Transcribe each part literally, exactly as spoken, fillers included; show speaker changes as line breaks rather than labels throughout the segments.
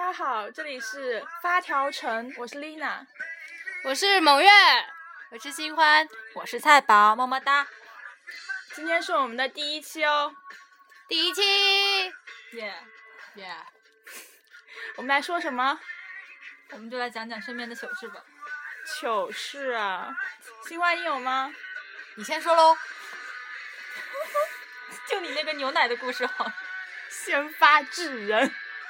家好，这里是发条城，我是 Lina，
我是蒙月，我是新欢，
我是菜宝，么么哒。
今天是我们的第一期哦，
第一期，
耶
耶！
我们来说什么？
我们就来讲讲身边的糗事吧。
糗事啊，新欢你有吗？
你先说喽。
就你那个牛奶的故事好，
先发制人。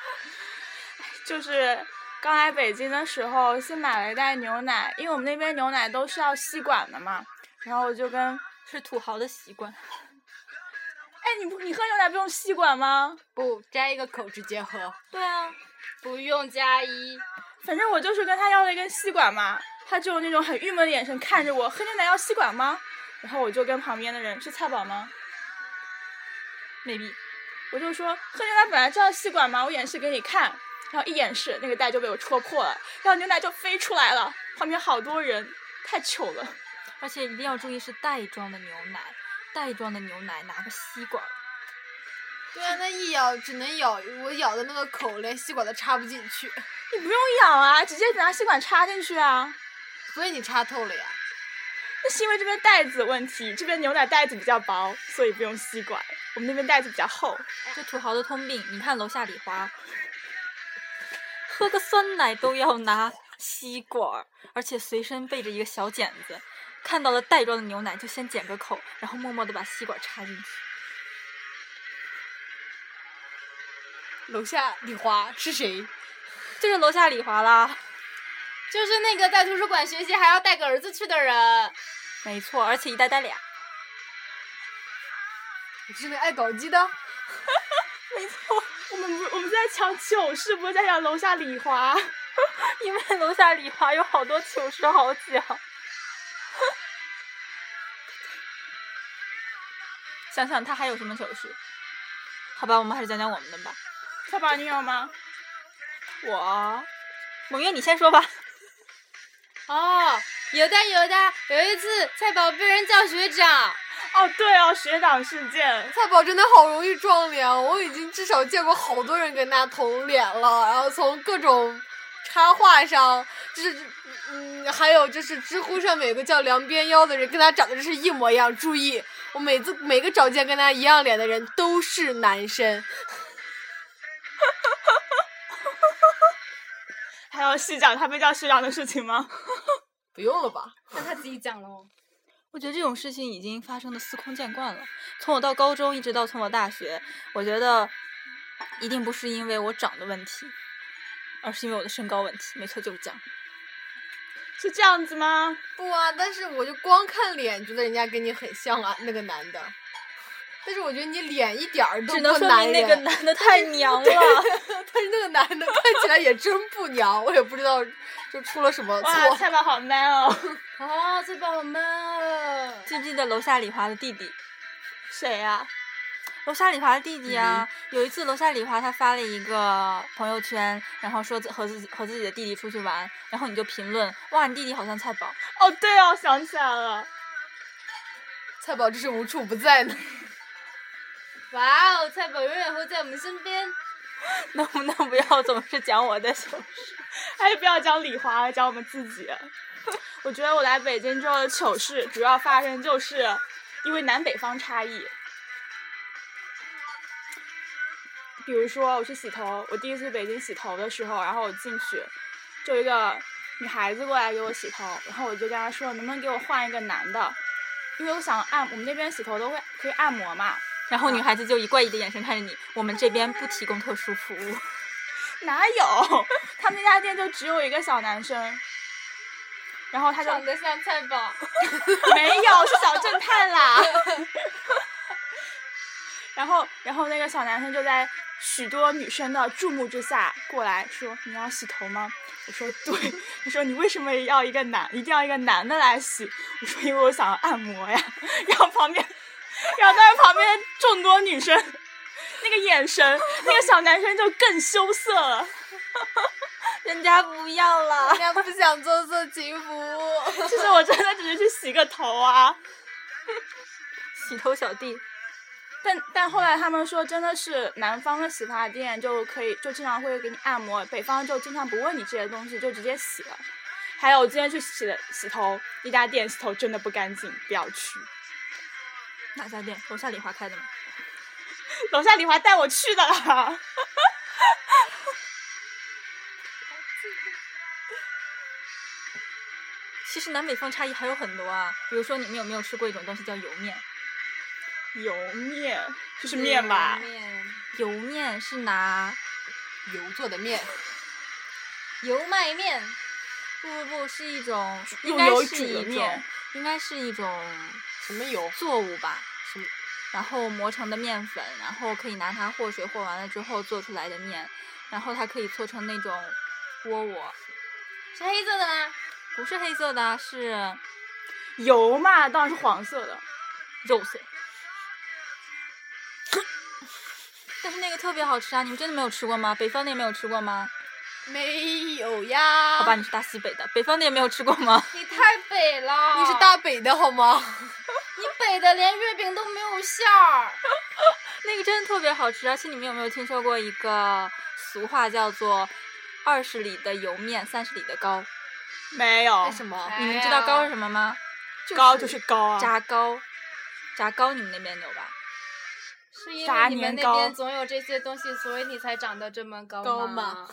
就是刚来北京的时候，先买了一袋牛奶，因为我们那边牛奶都是要吸管的嘛。然后我就跟
是土豪的习惯。
哎，你不你喝牛奶不用吸管吗？
不，摘一个口直接喝。
对啊，
不用加一。
反正我就是跟他要了一根吸管嘛，他就那种很郁闷的眼神看着我，喝牛奶要吸管吗？然后我就跟旁边的人，是菜宝吗？
未必。
我就说喝牛奶本来就要吸管嘛，我演示给你看。然后一演示，那个袋就被我戳破了，然后牛奶就飞出来了，旁边好多人，太糗了。
而且一定要注意是袋装的牛奶，袋装的牛奶拿个吸管。
对啊，那一咬只能咬，我咬的那个口连吸管都插不进去。
你不用咬啊，直接拿吸管插进去啊。
所以你插透了呀？
那是因为这边袋子问题，这边牛奶袋子比较薄，所以不用吸管。我们那边袋子比较厚。
这土豪的通病，你看楼下李华。喝个酸奶都要拿吸管，而且随身备着一个小剪子，看到了袋装的牛奶就先剪个口，然后默默地把吸管插进去。
楼下李华是谁？
就是楼下李华啦，
就是那个在图书馆学习还要带个儿子去的人。
没错，而且一带带俩。
你是那爱搞基的？
没错，我们不我们在讲糗事，不是在讲楼下李华。
因为楼下李华有好多糗事好讲。想想他还有什么糗事？好吧，我们还是讲讲我们的吧。
菜宝你有吗？
我，蒙月你先说吧。
哦，有的有的，有一次菜宝被人叫学长。
哦，对哦，学长事件。
菜宝真的好容易撞脸，我已经至少见过好多人跟他同脸了，然后从各种插画上，就是嗯，还有就是知乎上面有个叫梁边腰的人，跟他长得是一模一样。注意，我每次每个找见跟他一样脸的人都是男生。
还要细讲他被叫学长的事情吗？
不用了吧？
那他自己讲了。我觉得这种事情已经发生的司空见惯了。从我到高中，一直到从我大学，我觉得一定不是因为我长的问题，而是因为我的身高问题。没错，就是这样。
是这样子吗？
不啊，但是我就光看脸，觉得人家跟你很像啊，那个男的。但是我觉得你脸一点儿都不男人，
只能说明那个男的太娘了。
但是那个男的看起来也真不娘，我也不知道就出了什么错。
哇，菜宝好 man 哦！
啊，菜宝好 man 啊！
记不记得楼下李华的弟弟？
谁呀、啊？
楼下李华的弟弟啊！嗯、有一次楼下李华他发了一个朋友圈，然后说和自己和自己的弟弟出去玩，然后你就评论：哇，你弟弟好像菜宝。
哦，对哦，想起来了，
菜宝这是无处不在呢。哇哦，菜宝永远会在我们身边。
能不能不要总是讲我的糗事？
还是不要讲李华，讲我们自己。我觉得我来北京之后的糗事主要发生就是因为南北方差异。比如说我去洗头，我第一次去北京洗头的时候，然后我进去就有一个女孩子过来给我洗头，然后我就跟她说能不能给我换一个男的，因为我想按我们那边洗头都会可以按摩嘛。
然后女孩子就以怪异的眼神看着你，我们这边不提供特殊服务。
哪有？他们那家店就只有一个小男生，然后他就
长得像菜宝。
没有，是小正太啦。然后，然后那个小男生就在许多女生的注目之下过来说：“你要洗头吗？”我说：“对。”他说：“你为什么要一个男，一定要一个男的来洗？”我说：“因为我想要按摩呀。”然后旁边。然后但是旁边众多女生那个眼神，那个小男生就更羞涩了。
人家不要了，
人家不想做色情服务。
其实我真的只是去洗个头啊。
洗头小弟。
但但后来他们说，真的是南方的洗发店就可以，就经常会给你按摩，北方就经常不问你这些东西，就直接洗了。还有我今天去洗的洗头，一家店洗头真的不干净，不要去。
哪家店？楼下李华开的吗？
楼下李华带我去的啦。
其实南北方差异还有很多啊，比如说你们有没有吃过一种东西叫油面？
油面就是面吧？
面
油面是拿
油做的面，
油麦面，不不不，是一种应
用
该是
油煮的
一种
面，
应该是一种
什么油？
作物吧，
什么？
然后磨成的面粉，然后可以拿它和水和完了之后做出来的面，然后它可以做成那种窝窝，
是黑色的吗？
不是黑色的，是
油嘛，当然是黄色的。
肉色。但是那个特别好吃啊！你们真的没有吃过吗？北方的也没有吃过吗？
没有呀。
好吧，你是大西北的，北方的也没有吃过吗？
你太北了，
你是大北的好吗？
你北的连月饼都没有馅儿。
那个真的特别好吃，而且你们有没有听说过一个俗话叫做“二十里的油面，三十里的糕
没有。
为什么？
你们知道糕是什么吗？
糕就是糕啊。
炸糕，炸糕你们那边有吧？
是因
炸
为你们
年糕
那边总有这些东西，所以你才长得这么高
高
吗？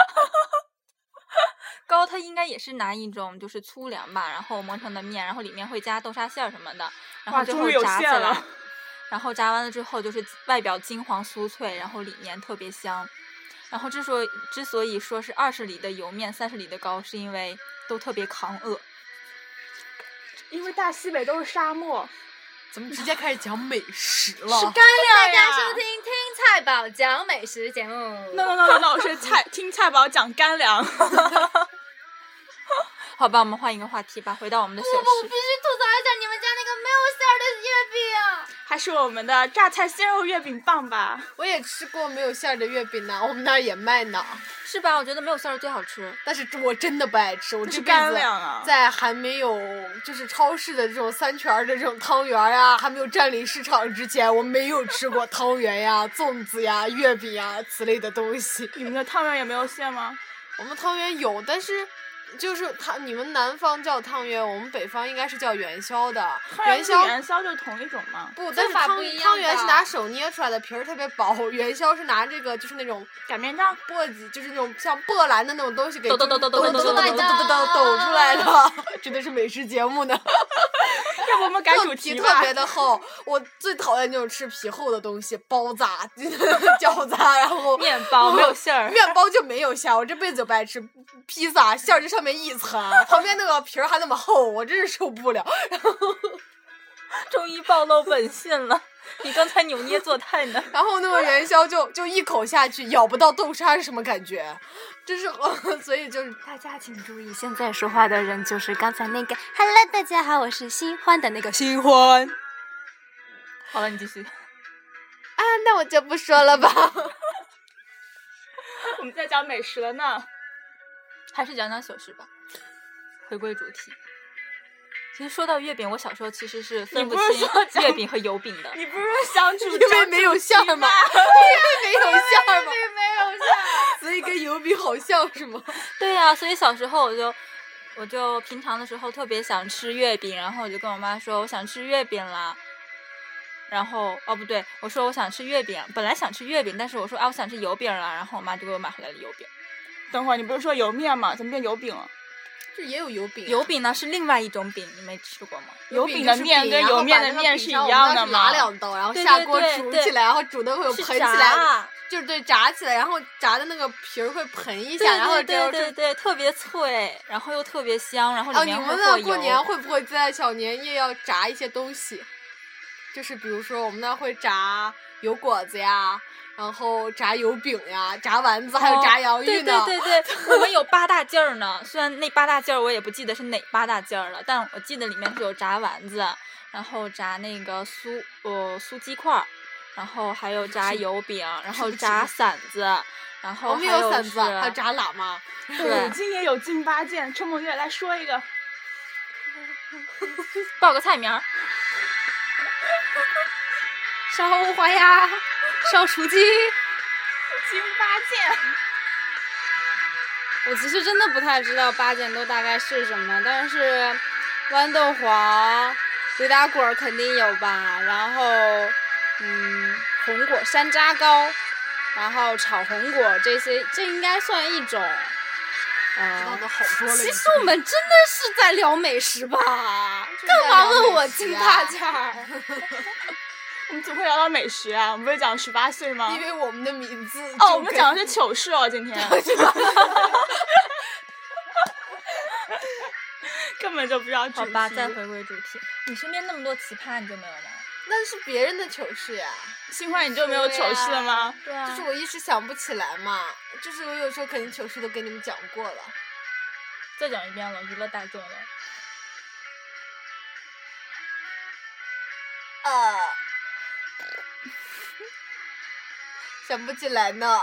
糕它应该也是拿一种就是粗粮吧，然后磨成的面，然后里面会加豆沙馅儿什么的，然后最后
哇终于有
炸起来
馅了，
然后炸完了之后就是外表金黄酥脆，然后里面特别香。然后之所以之所以说是二十里的油面，三十里的糕，是因为都特别抗饿。
因为大西北都是沙漠。
怎么直接开始讲美食了？
是干
大
粮呀
家收听《听菜宝讲美食》节目。
No no no no no，是菜听菜宝讲干粮。
好吧，我们换一个话题吧，回到我们的小
我必
事。
须吐槽一下你们家那个没有馅儿的月饼。
还是我们的榨菜鲜肉月饼棒吧？
我也吃过没有馅儿的月饼呢，我们那儿也卖呢。
是吧？我觉得没有馅儿最好吃。
但是我真的不爱吃，我
这是
这辈子
干粮啊！
在还没有就是超市的这种三全儿的这种汤圆儿呀，还没有占领市场之前，我没有吃过汤圆呀、粽子呀、月饼呀此类的东西。
你们的汤圆也没有馅吗？
我们汤圆有，但是就是它你们南方叫汤圆，我们北方应该是叫元宵的。
汤圆
元宵
是元宵就是同一种吗？
不，但是汤
法不一样
汤圆是
的
拿手捏出来的，皮儿特别薄；元宵是拿这个就是那种
擀面杖。
簸箕，就是那种像簸篮的那种东西给
抖抖抖抖抖抖抖
抖抖抖抖
抖抖
抖抖抖出来的，真的是美食节目呢。
要不我们改主
皮特
题吧？
别的厚，我最讨厌就是吃皮厚的东西，包子、啊、饺子啊，然后
面包没有馅儿，
面包就没有馅儿，我这辈子就不爱吃。披萨馅儿就上面一层，旁边那个皮儿还那么厚，我真是受不了。然后，
终于暴露本性了。你刚才扭捏作态呢。
然后那个元宵就就一口下去，咬不到豆沙是什么感觉？就是所以就是
大家请注意，现在说话的人就是刚才那个 “Hello， 大家好，我是新欢”的那个新欢。
好了，你继续。
啊，那我就不说了吧。
我们在讲美食了呢。
还是讲讲小事吧，回归主题。其实说到月饼，我小时候其实是分
你不是
清
说讲
月饼和油饼的。
你不是想主
因为没有馅儿吗？因为没有馅儿吗？
没有馅儿。
所以跟油饼好像是吗？
对呀、啊，所以小时候我就我就平常的时候特别想吃月饼，然后我就跟我妈说我想吃月饼啦。然后哦不对，我说我想吃月饼，本来想吃月饼，但是我说啊我想吃油饼了，然后我妈就给我买回来了油饼。
等会儿你不是说油面吗？怎么变油饼了？
这也有油饼、啊。
油饼呢是另外一种饼，你没吃过吗？
油饼的面跟油面的面是一样的吗？
拿两刀，然后下锅煮起来，然后煮的会有喷起来，就是对炸起来，然后炸的那个皮儿会喷一下，然后
对对对对，特别脆，然后又特别香，然后里面会
和油。哦，你们那过年会不会在小年夜要炸一些东西？就是比如说我们那会炸油果子呀。然后炸油饼呀，炸丸子，还有炸洋芋呢。
哦、对对对对，我们有八大件儿呢。虽然那八大件儿我也不记得是哪八大件儿了，但我记得里面是有炸丸子，然后炸那个酥呃酥鸡块儿，然后还有炸油饼，然后炸馓子，然后还
有
馓
子，还有炸喇嘛。
对，五斤也有劲八件。车梦月来说一个，
报个菜名儿。
烧花鸭，烧雏鸡。
金八件。
我其实真的不太知道八件都大概是什么，但是豌豆黄、驴打滚肯定有吧，然后嗯，红果山楂糕，然后炒红果这些，这应该算一种。
知道
啊、
的好多了。
其实我们真的是在聊美食吧？干嘛问我金八件儿？
我们怎么会聊到美食啊？我们不是讲十八岁吗？
因为我们的名字
哦，我们讲的是糗事哦，今天。根本就不知道主题。
好吧，再回归主题，你身边那么多奇葩，你就没有吗？
那是别人的糗事呀。
新欢，你就没有糗事了吗？
对啊，
就是我一时想不起来嘛，就是我有时候肯定糗事都跟你们讲过了。
再讲一遍了，娱乐大众了。
呃，想不起来呢。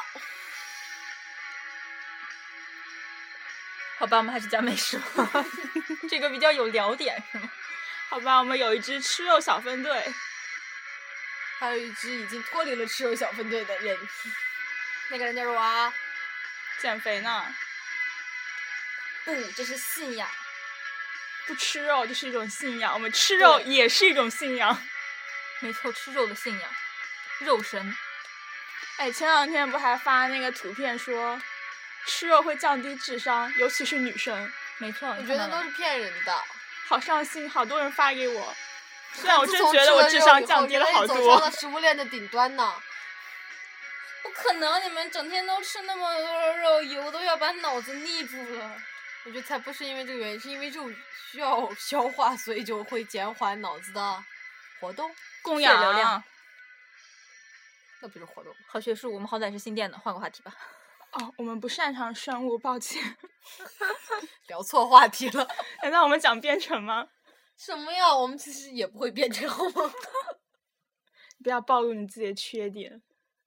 好吧，我们还是讲美食吧，这个比较有聊点，是吗？
好吧，我们有一支吃肉小分队，
还有一支已经脱离了吃肉小分队的人，
那个人就是我。
减肥呢。
不，这是信仰。
不吃肉就是一种信仰，我们吃肉也是一种信仰。
没错，吃肉的信仰，肉神。
哎，前两天不还发那个图片说，吃肉会降低智商，尤其是女生。
没错，
我觉得都是骗人的。
好伤心，好多人发给我。虽然我
自
真觉得我智商降低了好
自从吃了肉以后，走上
多。
了食物链的顶端呢。
不可能，你们整天都吃那么多肉，油都要把脑子腻住了。
我觉得才不是因为这个原因，是因为肉需要消化，所以就会减缓脑子的活动。
供
血流量
养。
那不是活动。
好学术，我们好歹是新店的，换个话题吧。
哦，我们不擅长生物，抱歉。
聊错话题了。
难道我们讲编程吗？
什么呀？我们其实也不会变成好吗？
不要暴露你自己的缺点。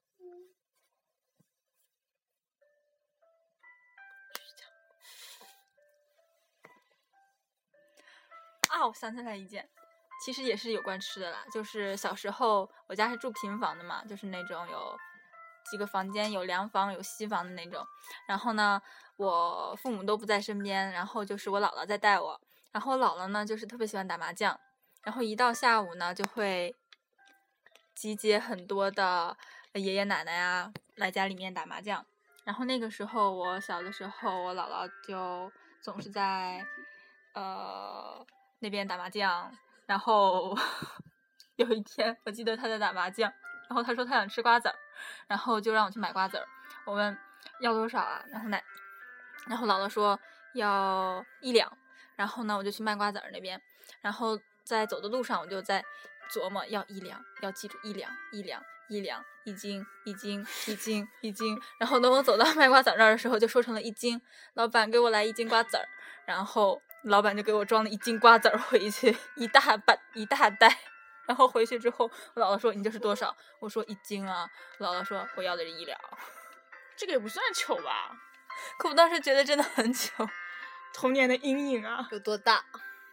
啊，我想起来一件，其实也是有关吃的啦。就是小时候，我家是住平房的嘛，就是那种有几个房间，有凉房有西房的那种。然后呢，我父母都不在身边，然后就是我姥姥在带我。然后我姥姥呢，就是特别喜欢打麻将，然后一到下午呢，就会集结很多的爷爷奶奶啊来家里面打麻将。然后那个时候我小的时候，我姥姥就总是在呃那边打麻将。然后有一天我记得她在打麻将，然后她说她想吃瓜子儿，然后就让我去买瓜子儿。我问要多少啊？然后奶，然后姥姥说要一两。然后呢，我就去卖瓜子儿那边，然后在走的路上，我就在琢磨要一两，要记住一两，一两，一两，一斤，一斤，一斤，一斤。然后等我走到卖瓜子儿那儿的时候，就说成了一斤。老板给我来一斤瓜子儿，然后老板就给我装了一斤瓜子儿回去，一大半，一大袋。然后回去之后，我姥姥说你这是多少？我说一斤啊。我姥姥说我要的是一两。
这个也不算糗吧？
可我当时觉得真的很糗。
童年的阴影啊！
有多大？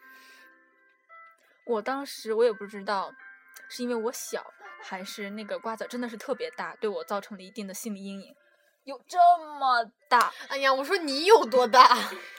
我当时我也不知道，是因为我小，还是那个瓜子真的是特别大，对我造成了一定的心理阴影。有这么大？
哎呀，我说你有多大？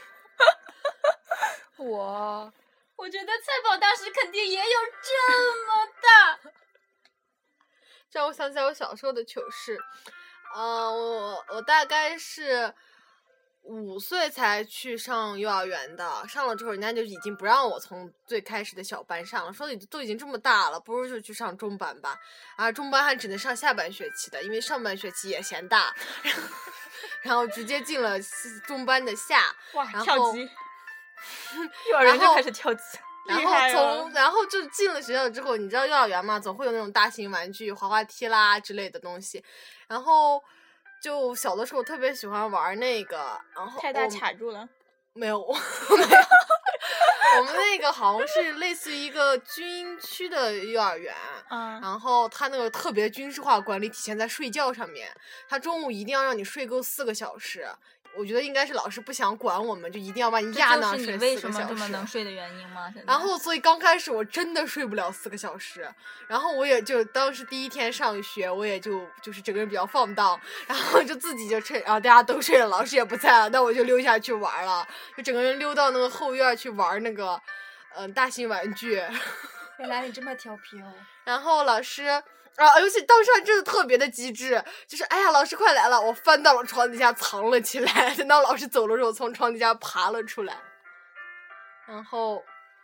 我
我觉得菜宝当时肯定也有这么大。
这让我想起来我小时候的糗事。嗯、呃，我我大概是五岁才去上幼儿园的，上了之后人家就已经不让我从最开始的小班上了，说你都已经这么大了，不如就去上中班吧。啊，中班还只能上下半学期的，因为上半学期也嫌大，然后直接进了中班的下。
哇，
然后
跳级！
幼儿园就开始跳级。
然后从然后就进了学校之后，你知道幼儿园嘛，总会有那种大型玩具、滑滑梯啦之类的东西。然后就小的时候特别喜欢玩那个，然后
太大卡住了。
没有，没有。我们那个好像是类似于一个军区的幼儿园，
嗯，
然后他那个特别军事化管理体现在睡觉上面，他中午一定要让你睡够四个小时， 我觉得应该是老师不想管我们，就一定要把你压那
这就是
睡
你为什么
四个小时
这么能。睡的原因吗？现在
然后，所以刚开始我真的睡不了四个小时，然后我也就当时第一天上学，我也就就是整个人比较放荡，然后就自己就趁，然后大家都睡了，老师也不在了，那我就溜下去玩了，就整个人溜到那个后院去玩那个，嗯、呃，大型玩具。
原来你这么调皮哦。
然后老师啊，尤其当时还真的特别的机智，就是哎呀，老师快来了，我翻到了床底下藏了起来，等到老师走了之后，从床底下爬了出来，然后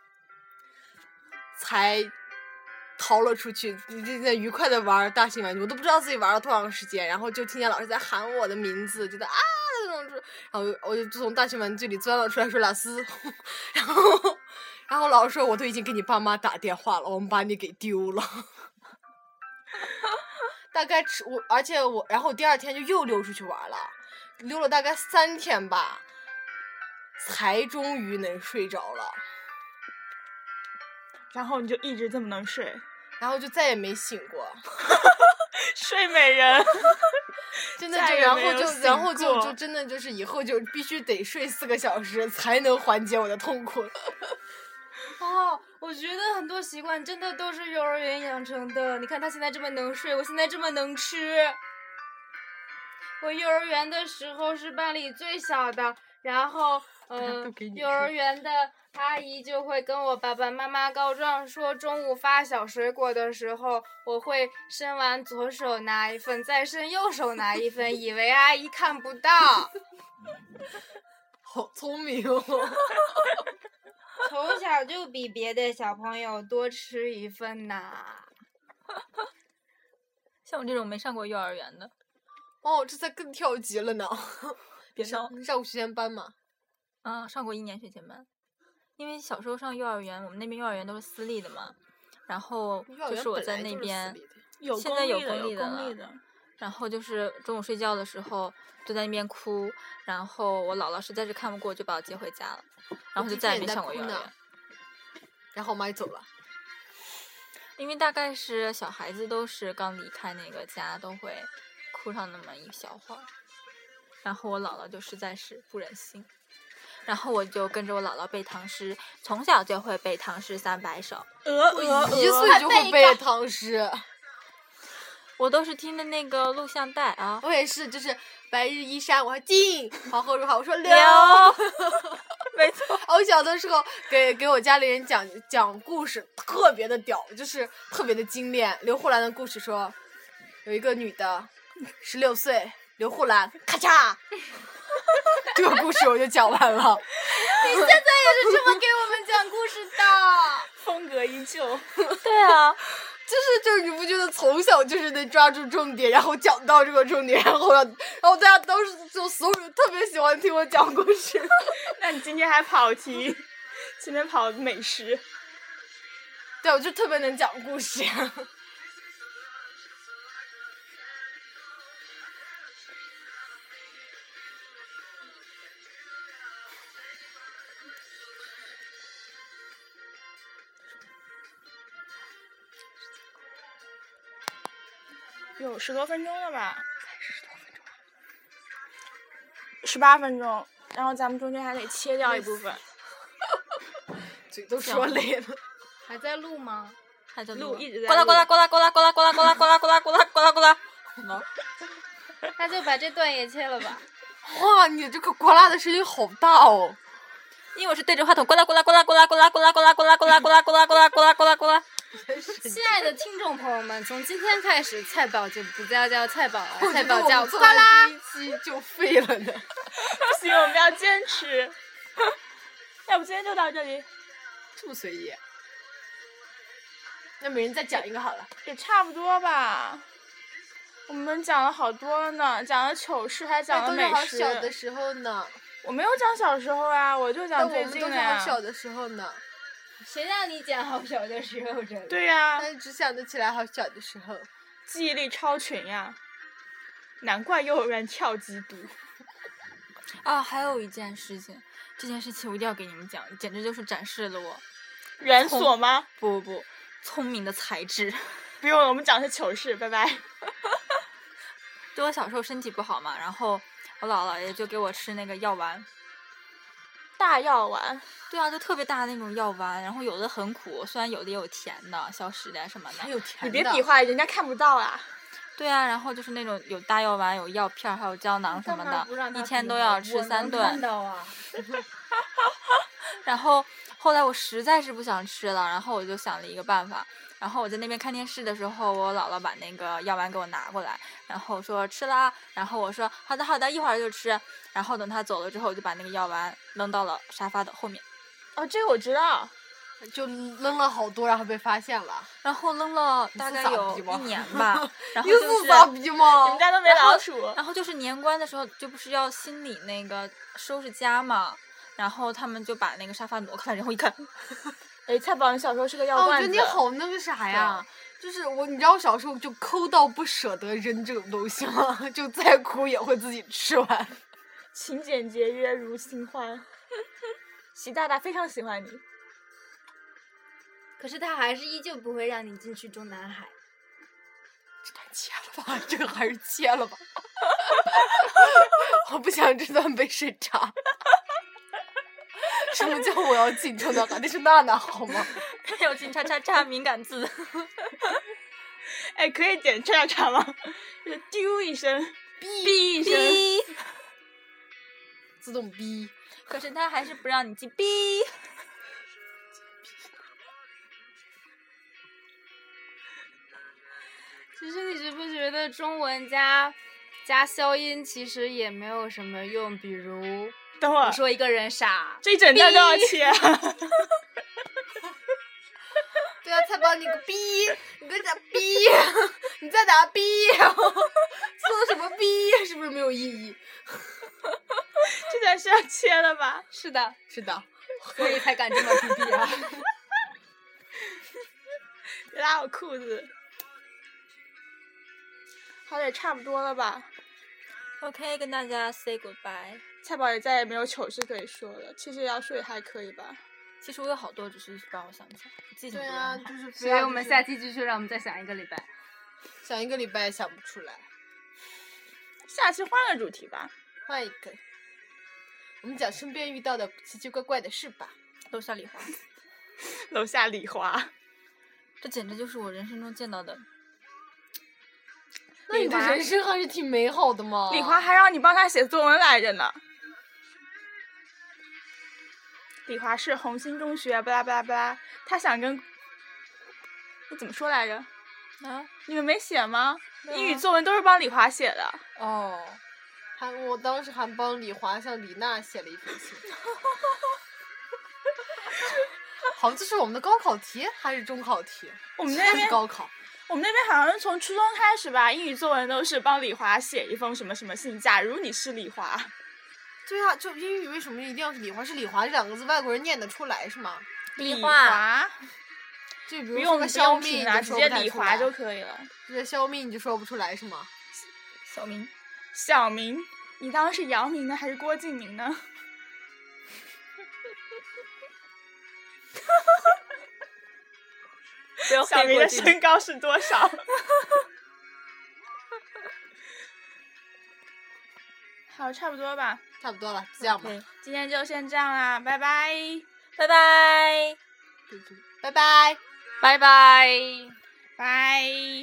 才逃了出去，就在愉快的玩大型玩具，我都不知道自己玩了多长时间，然后就听见老师在喊我的名字，觉得啊那种，然后我就从大型玩具里钻了出来，说老师，然后然后老师说我都已经给你爸妈打电话了，我们把你给丢了。大概吃我，而且我，然后第二天就又溜出去玩了，溜了大概三天吧，才终于能睡着了。
然后你就一直这么能睡，
然后就再也没醒过，
睡美人，
真的就
再也
然后就
没有醒
然后就
过
就真的就是以后就必须得睡四个小时才能缓解我的痛苦。
哦，我觉得很多习惯真的都是幼儿园养成的。你看他现在这么能睡，我现在这么能吃。我幼儿园的时候是班里最小的，然后呃
都给，你
幼儿
吃
园的阿姨就会跟我爸爸妈妈告状说，中午发小水果的时候，我会伸完左手拿一份，再伸右手拿一份，以为阿姨看不到。
好聪明哦！
从小就比别的小朋友多吃一份呐。
像我这种没上过幼儿园的，
哦，这才更跳级了呢。
别闹
上上过学前班吗？
啊，上过一年学前班。因为小时候上幼儿园，我们那边幼儿园都是私立的嘛，然后
幼儿园
就是我在
本来就是
那边
私立的
有
现在有
公立的，有
公立的了
公立的。
然后就是中午睡觉的时候就在那边哭，然后我姥姥实在是看不过，就把我接回家了，然后就再也没上过幼儿园。
然后我妈就走了。
因为大概是小孩子都是刚离开那个家都会哭上那么一小会儿，然后我姥姥就实在是不忍心，然后我就跟着我姥姥背唐诗，从小就会背唐诗三百首。
鹅鹅
一
鹅，
岁就会背唐诗。
我都是听的那个录像带啊。
我也是，就是白日依山我还静，皇后如好我说溜。
没错。
我小的时候给给我家里人讲讲故事，特别的屌，就是特别的精炼。刘胡兰的故事说，有一个女的，十六岁，刘胡兰，咔嚓，这个故事我就讲完了。
你现在也是这么给我们讲故事的，
风格依旧。
对啊。
就是就是你不觉得从小就是得抓住重点，然后讲到这个重点，然后让然后大家都是就所有人特别喜欢听我讲故事。
那你今天还跑题，今天跑美食。
对，我就特别能讲故事。
有十多分钟了吧？十多分钟。十八分钟，然后咱们中间还得切掉一部分。
嘴都说累了。
还在录吗？
还在
录一直在
呱啦呱啦呱啦呱啦呱啦呱啦呱啦呱啦呱啦呱啦呱啦呱啦。
那就把这段也切了吧。
哇，你这个呱啦的声音好大哦！
因为我是对着话筒呱啦呱啦呱啦呱啦呱啦呱啦呱啦呱啦呱啦呱啦呱啦呱啦呱啦呱啦呱啦。
亲爱的听众朋友们，从今天开始，菜宝就不再叫菜宝了，
我
菜
觉得我们
宝叫呱
做完
啦。
第一期就废了呢。
不行，我们要坚持。要不今天就到这里。
这么随意？那每人再讲一个好了。
也差不多吧。我们讲了好多呢，讲了糗事，还讲了美
都是好
食。
小的时候呢。
我没有讲小时候啊，我就
但
讲
我们都是
最近的呀。
好小的时候呢。
谁让你讲好小的时候这？
对呀、
但是只想得起来好小的时候。
记忆力超群呀，难怪幼儿园跳级读。
啊，还有一件事情，这件事情我一定要给你们讲，简直就是展示了我
园所吗？
不不不聪明的才智。
不用了，我们讲些糗事，拜拜。
就我小时候身体不好嘛，然后我姥姥爷就给我吃那个药丸。
大药丸，
对啊，就特别大的那种药丸，然后有的很苦，虽然有的也有甜的，消食的什么的。
还有甜的。
你别比划，人家看不到啊。
对啊，然后就是那种有大药丸、有药片还有胶囊什么的，一天都要吃三顿。
看到啊。
然后后来我实在是不想吃了，然后我就想了一个办法。然后我在那边看电视的时候，我姥姥把那个药丸给我拿过来，然后说吃啦。然后我说好的好的，一会儿就吃。然后等他走了之后，我就把那个药丸扔到了沙发的后面。
哦，这个我知道。
就扔了好多，然后被发现了。
然后扔了大概有一年吧。然后
你
就是
傻逼吗？
你们家都没老鼠。
然后就是年关的时候，就不是要心理那个收拾家嘛。然后他们就把那个沙发挪开了，然后一看，
哎，蔡宝，你小时候是个药
哦，
罐子。
我觉得你好那个啥呀。就是我，你知道我小时候就抠到不舍得扔这种东西吗？就再苦也会自己吃完。
勤俭节约如新欢。习大大非常喜欢你。
可是他还是依旧不会让你进去中南海。
这段切了吧，这个还是切了吧。我不想这段被审查。什么叫我要进中南海？那是娜娜好吗？
没有进叉叉叉敏感字。
哎，可以点叉叉吗？就是丢一声，哔一声，
自动哔。
可是他还是不让你记哔。
其实你觉不觉得中文加加消音其实也没有什么用？比如，
等会儿
我说一个人傻，
这一整段都要切。
对啊，菜宝你个逼，你个打逼，你再打逼，说的什么逼？是不是没有意义？
这段是要切了吧？
是的，
是的，
所以才敢这么逼逼啊！
别拉我裤子。好歹差不多了吧
OK， 跟大家 say goodbye。
蔡宝也再也没有糗事可以说了，其实要说也还可以吧。
其实我有好多，只是让我想不起来，记性不
对啊，
良。
就是
所以我们下期继续，让我们再想一个礼拜。
想一个礼拜想不出来，
下期换个主题吧，
换一个。我们讲身边遇到的奇奇怪怪的事吧。
楼下礼花，
楼下礼花，
这简直就是我人生中见到的。
那你的人生还是挺美好的嘛。
礼花还让你帮他写作文来着呢。礼花是红星中学，巴拉巴拉巴拉，他想跟，你怎么说来着？
啊？
你们没写吗？英语作文都是帮礼花写的。
哦，还我当时还帮李华向李娜写了一封信。好像这是我们的高考题还是中考题？
我们那边
是高考。
我们那边好像是从初中开始吧，英语作文都是帮李华写一封什么什么信。假如你是李华。
对啊，就英语为什么一定要是李华？是李华这两个字外国人念得出来是吗？
李华，
就比
不用
如说个消灭
啊，直接李华就可以了。
直接消灭你就说不出来是吗？
小明，小明，你当时是姚明呢还是郭敬明呢？
不要
小明的身高是多少？好，差不多吧。
差不多了，这样吧。
Okay, 今天就先这样啦，拜拜，
拜拜，
拜拜，
拜拜，
拜。